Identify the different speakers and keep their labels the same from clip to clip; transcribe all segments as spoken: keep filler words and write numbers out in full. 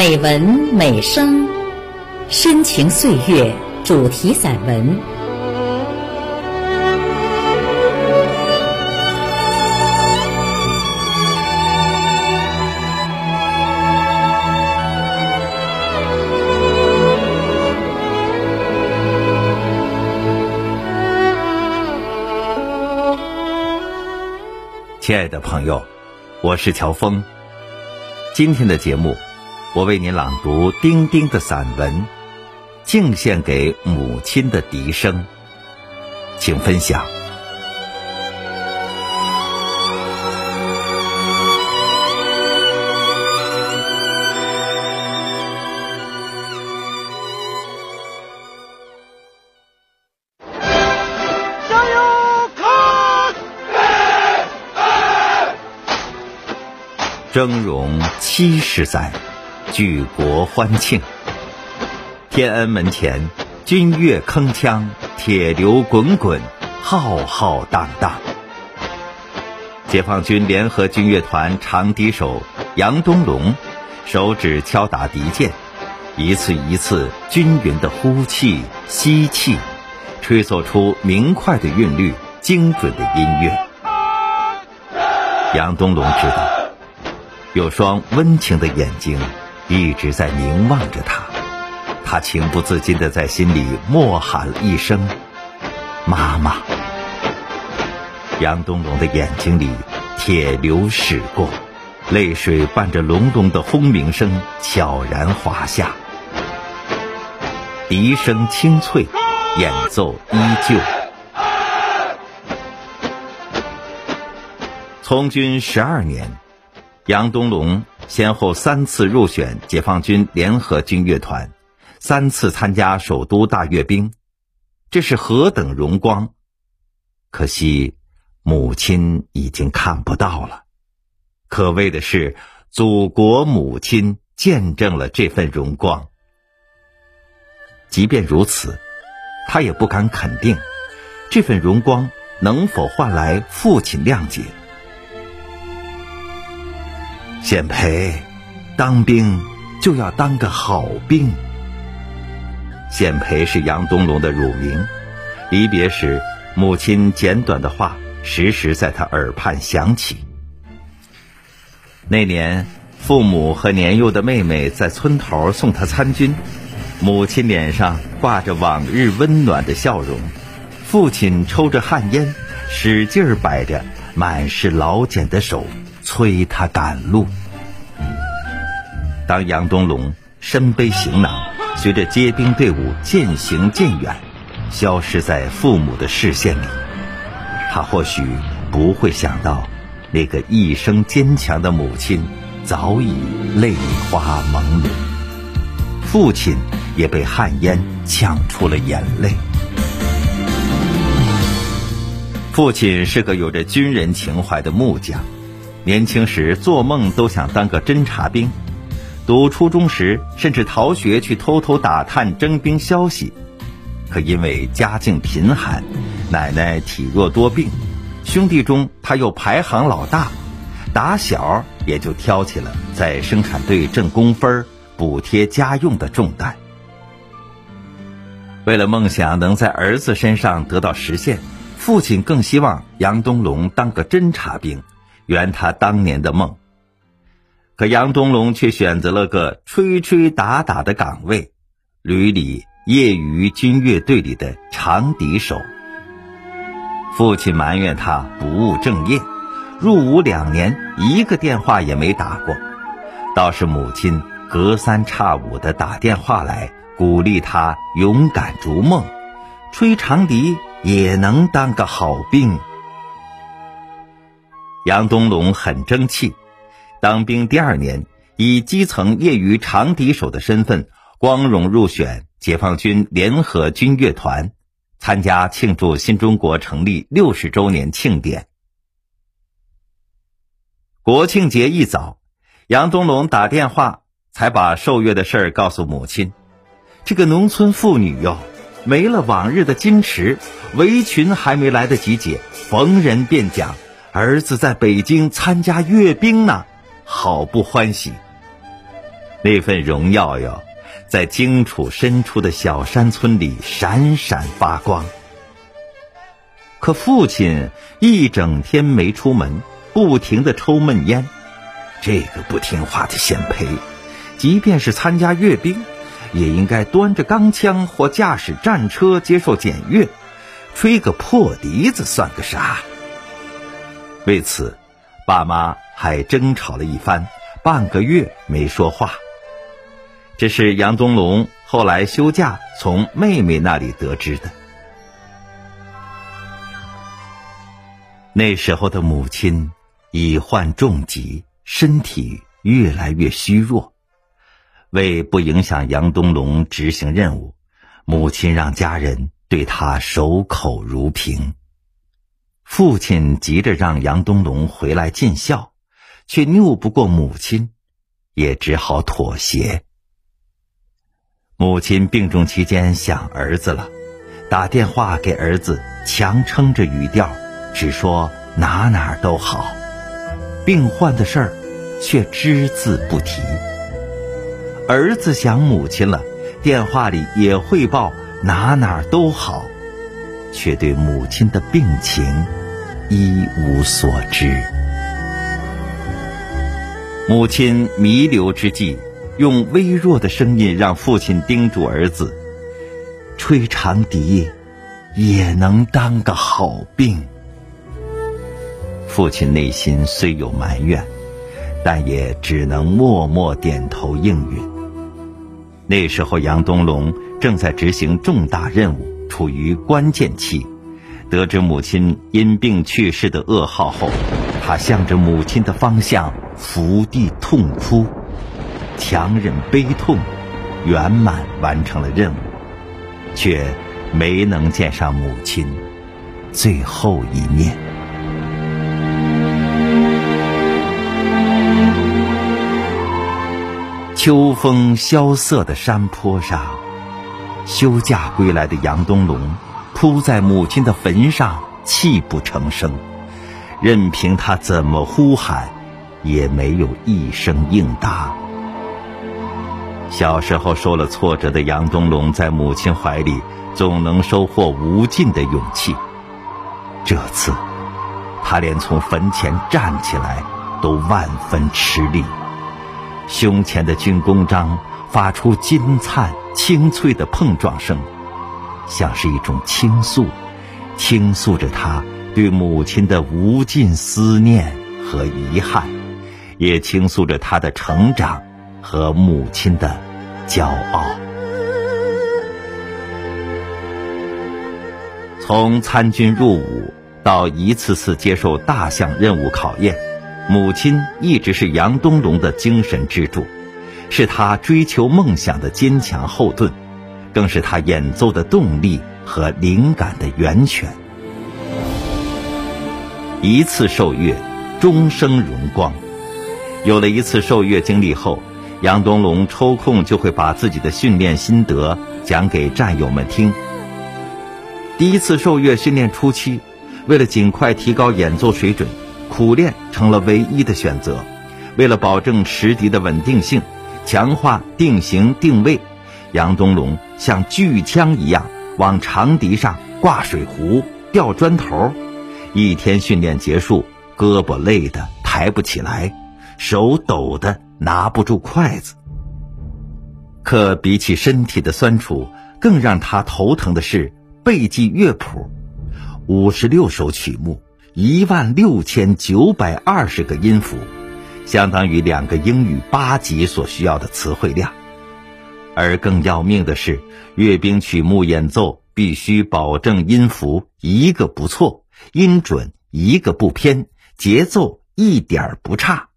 Speaker 1: 美文美声，深情岁月主题散文。
Speaker 2: 亲爱的朋友，我是乔峰。今天的节目，我为您朗读丁丁的散文《敬献给母亲的笛声》，请分享。峥嵘七十载，举国欢庆。天安门前，军乐铿锵，铁流滚滚，浩浩荡荡。解放军联合军乐团长笛手杨东龙手指敲打笛键，一次一次均匀的呼气吸气，吹奏出明快的韵律，精准的音乐。杨东龙知道，有双温情的眼睛一直在凝望着他，他情不自禁地在心里默喊了一声妈妈。杨东龙的眼睛里铁流驶过，泪水伴着隆隆的轰鸣声悄然滑下。笛声清脆，演奏依旧。从军十二年，杨东龙先后三次入选解放军联合军乐团，三次参加首都大阅兵，这是何等荣光！可惜母亲已经看不到了。可谓的是，祖国母亲见证了这份荣光。即便如此，他也不敢肯定这份荣光能否换来父亲谅解。显培，当兵就要当个好兵。显培是杨东龙的乳名，离别时母亲简短的话时时在他耳畔响起。那年，父母和年幼的妹妹在村头送他参军，母亲脸上挂着往日温暖的笑容，父亲抽着旱烟，使劲摆着满是老茧的手催他赶路。当杨东龙身背行囊，随着接兵队伍渐行渐远，消失在父母的视线里，他或许不会想到，那个一生坚强的母亲早已泪花朦胧，父亲也被旱烟呛出了眼泪。父亲是个有着军人情怀的木匠，年轻时做梦都想当个侦察兵，读初中时甚至逃学去偷偷打探征兵消息。可因为家境贫寒，奶奶体弱多病，兄弟中他又排行老大，打小也就挑起了在生产队挣工分补贴家用的重担。为了梦想能在儿子身上得到实现，父亲更希望杨东龙当个侦察兵，圆他当年的梦。可杨东龙却选择了个吹吹打打的岗位，旅里业余军乐队里的长笛手。父亲埋怨他不务正业，入伍两年一个电话也没打过，倒是母亲隔三差五地打电话来鼓励他勇敢逐梦，吹长笛也能当个好兵。杨东龙很争气，当兵第二年，以基层业余长笛手的身份光荣入选解放军联合军乐团，参加庆祝新中国成立六十周年庆典。国庆节一早，杨东龙打电话才把受阅的事儿告诉母亲。这个农村妇女哟，没了往日的矜持，围裙还没来得及解，逢人便讲儿子在北京参加阅兵呢，好不欢喜。 那份荣耀哟，在荆楚深处的小山村里闪闪发光。可父亲一整天没出门，不停地抽闷烟。这个不听话的贤培，即便是参加阅兵，也应该端着钢枪或驾驶战车接受检阅，吹个破笛子算个啥？为此，爸妈还争吵了一番，半个月没说话。这是杨东龙后来休假从妹妹那里得知的。那时候的母亲已患重疾，身体越来越虚弱。为不影响杨东龙执行任务，母亲让家人对他守口如瓶。父亲急着让杨东龙回来尽孝，却拗不过母亲，也只好妥协。母亲病重期间想儿子了，打电话给儿子，强撑着语调，只说哪哪都好，病患的事儿却只字不提。儿子想母亲了，电话里也汇报哪哪都好，却对母亲的病情一无所知。母亲弥留之际，用微弱的声音让父亲叮嘱儿子，吹长笛也能当个好兵。父亲内心虽有埋怨，但也只能默默点头应允。那时候杨东龙正在执行重大任务，处于关键期。得知母亲因病去世的噩耗后，他向着母亲的方向伏地痛哭，强忍悲痛，圆满完成了任务，却没能见上母亲最后一面。秋风萧瑟的山坡上，休假归来的杨东龙扑在母亲的坟上，泣不成声，任凭他怎么呼喊，也没有一声应答。小时候受了挫折的杨东龙在母亲怀里总能收获无尽的勇气，这次他连从坟前站起来都万分吃力，胸前的军功章发出金灿清脆的碰撞声，像是一种倾诉，倾诉着他对母亲的无尽思念和遗憾，也倾诉着他的成长和母亲的骄傲。从参军入伍到一次次接受大项任务考验，母亲一直是杨东龙的精神支柱，是他追求梦想的坚强后盾，更是他演奏的动力和灵感的源泉。一次受阅，终生荣光。有了一次受阅经历后，杨东龙抽空就会把自己的训练心得讲给战友们听。第一次受阅训练初期，为了尽快提高演奏水准，苦练成了唯一的选择。为了保证持笛的稳定性，强化定型定位，杨东龙像巨枪一样往长笛上挂水壶、吊砖头。一天训练结束，胳膊累得抬不起来，手抖得拿不住筷子。可比起身体的酸楚，更让他头疼的是背记乐谱。五十六首曲目，一万六千九百二十个音符，相当于两个英语八级所需要的词汇量。而更要命的是，阅兵曲目演奏必须保证音符一个不错，音准一个不偏，节奏一点不差。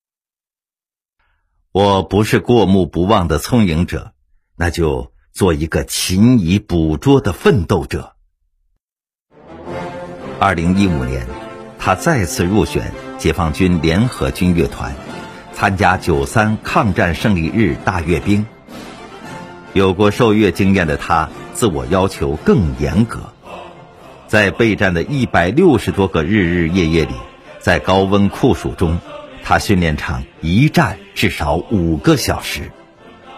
Speaker 2: 我不是过目不忘的聪颖者，那就做一个勤以捕捉的奋斗者。二零一五年，他再次入选解放军联合军乐团，参加九三抗战胜利日大阅兵。有过受阅经验的他，自我要求更严格。在备战的一百六十多个日日夜夜里，在高温酷暑中，他训练场一站至少五个小时，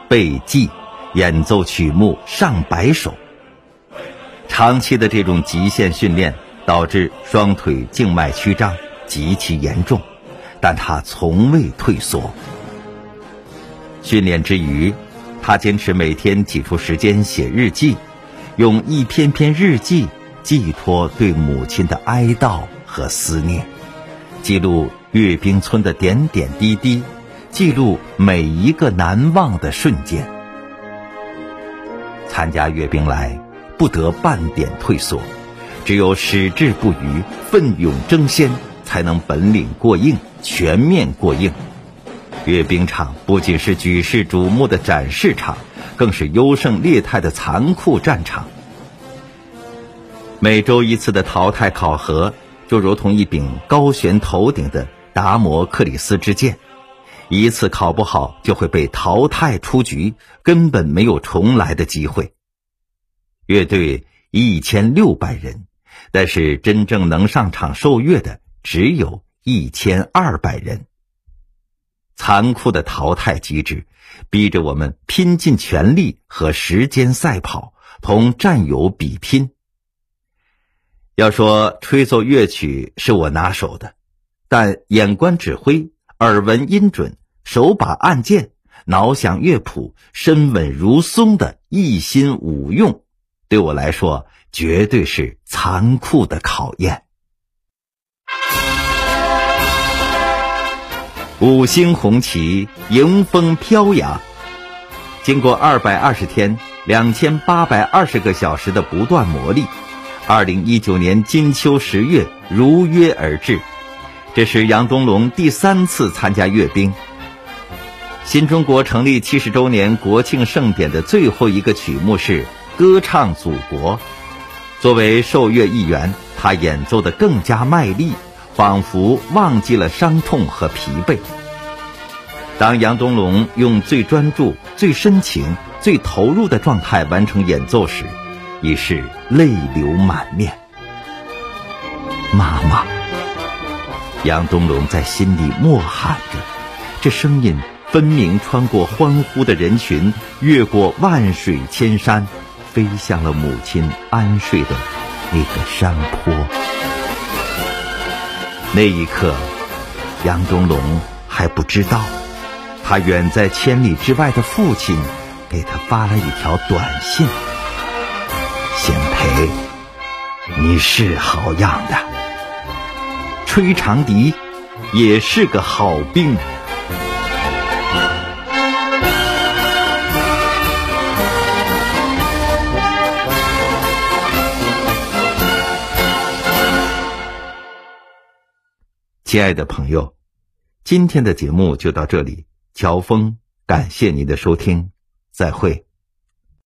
Speaker 2: 背记，演奏曲目上百首。长期的这种极限训练导致双腿静脉曲张极其严重，但他从未退缩。训练之余，他坚持每天挤出时间写日记，用一篇篇日记寄托对母亲的哀悼和思念，记录阅兵村的点点滴滴，记录每一个难忘的瞬间。参加阅兵来，不得半点退缩，只有矢志不渝，奋勇争先，才能本领过硬，全面过硬。阅兵场不仅是举世瞩目的展示场，更是优胜劣汰的残酷战场。每周一次的淘汰考核，就如同一柄高悬头顶的达摩克里斯之剑，一次考不好就会被淘汰出局，根本没有重来的机会。乐队一千六百人，但是真正能上场受乐的只有一千二百人。残酷的淘汰机制逼着我们拼尽全力和时间赛跑，同战友比拼。要说吹奏乐曲是我拿手的，但眼观指挥，耳闻音准，手把按键，脑想乐谱，身稳如松的一心五用，对我来说绝对是残酷的考验。五星红旗迎风飘扬，经过二百二十天两千八百二十个小时的不断磨砺，二零一九年金秋十月如约而至。这是杨东龙第三次参加阅兵。新中国成立七十周年国庆盛典的最后一个曲目是歌唱祖国。作为受乐一员，他演奏得更加卖力，仿佛忘记了伤痛和疲惫。当杨东龙用最专注、最深情、最投入的状态完成演奏时，已是泪流满面。妈妈，杨东龙在心里默喊着，这声音分明穿过欢呼的人群，越过万水千山，飞向了母亲安睡的那个山坡。那一刻，杨东龙还不知道，他远在千里之外的父亲给他发了一条短信：贤培，你是好样的，吹长笛也是个好兵。亲爱的朋友，今天的节目就到这里，乔峰感谢您的收听，再会。